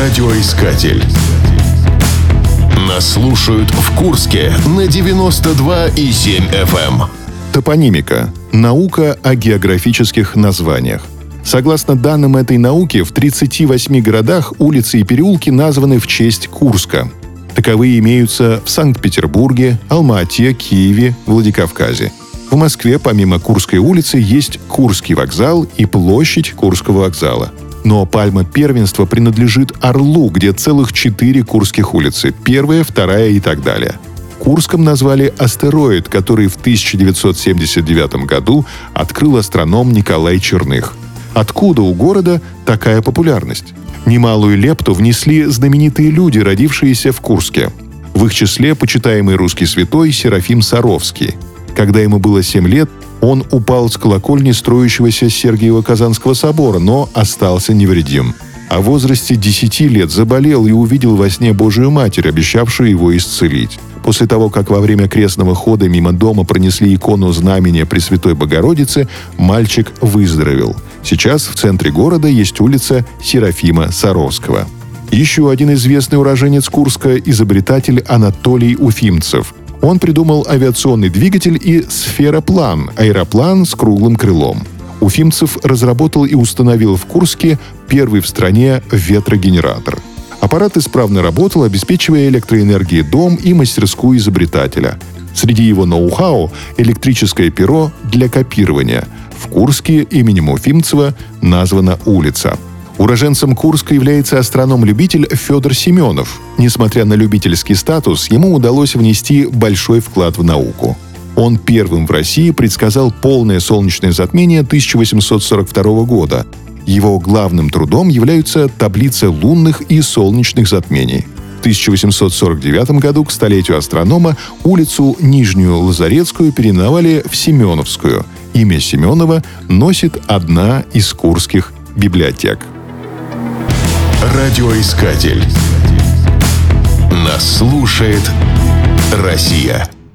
Радиоискатель. Нас слушают в Курске на 92,7 FM. Топонимика – наука о географических названиях. Согласно данным этой науки, в 38 городах улицы и переулки названы в честь Курска. Таковые имеются в Санкт-Петербурге, Алма-Ате, Киеве, Владикавказе. В Москве помимо Курской улицы есть Курский вокзал и площадь Курского вокзала. Но пальма первенства принадлежит Орлу, где целых 4 курских улицы – первая, вторая и так далее. Курском назвали астероид, который в 1979 году открыл астроном Николай Черных. Откуда у города такая популярность? Немалую лепту внесли знаменитые люди, родившиеся в Курске. В их числе почитаемый русский святой Серафим Саровский. Когда ему было 7 лет, он упал с колокольни строящегося Сергиево-Казанского собора, но остался невредим. А в возрасте 10 лет заболел и увидел во сне Божию Матерь, обещавшую его исцелить. После того, как во время крестного хода мимо дома пронесли икону знамения Пресвятой Богородицы, мальчик выздоровел. Сейчас в центре города есть улица Серафима Саровского. Еще один известный уроженец Курска – изобретатель Анатолий Уфимцев. Он придумал авиационный двигатель и сфероплан – аэроплан с круглым крылом. Уфимцев разработал и установил в Курске первый в стране ветрогенератор. Аппарат исправно работал, обеспечивая электроэнергией дом и мастерскую изобретателя. Среди его ноу-хау – электрическое перо для копирования. В Курске именем Уфимцева названа улица. Уроженцем Курска является астроном-любитель Федор Семенов. Несмотря на любительский статус, ему удалось внести большой вклад в науку. Он первым в России предсказал полное солнечное затмение 1842 года. Его главным трудом являются таблицы лунных и солнечных затмений. В 1849 году к столетию астронома улицу Нижнюю Лазарецкую переименовали в Семеновскую. Имя Семенова носит одна из курских библиотек. Радиоискатель. Нас слушает Россия.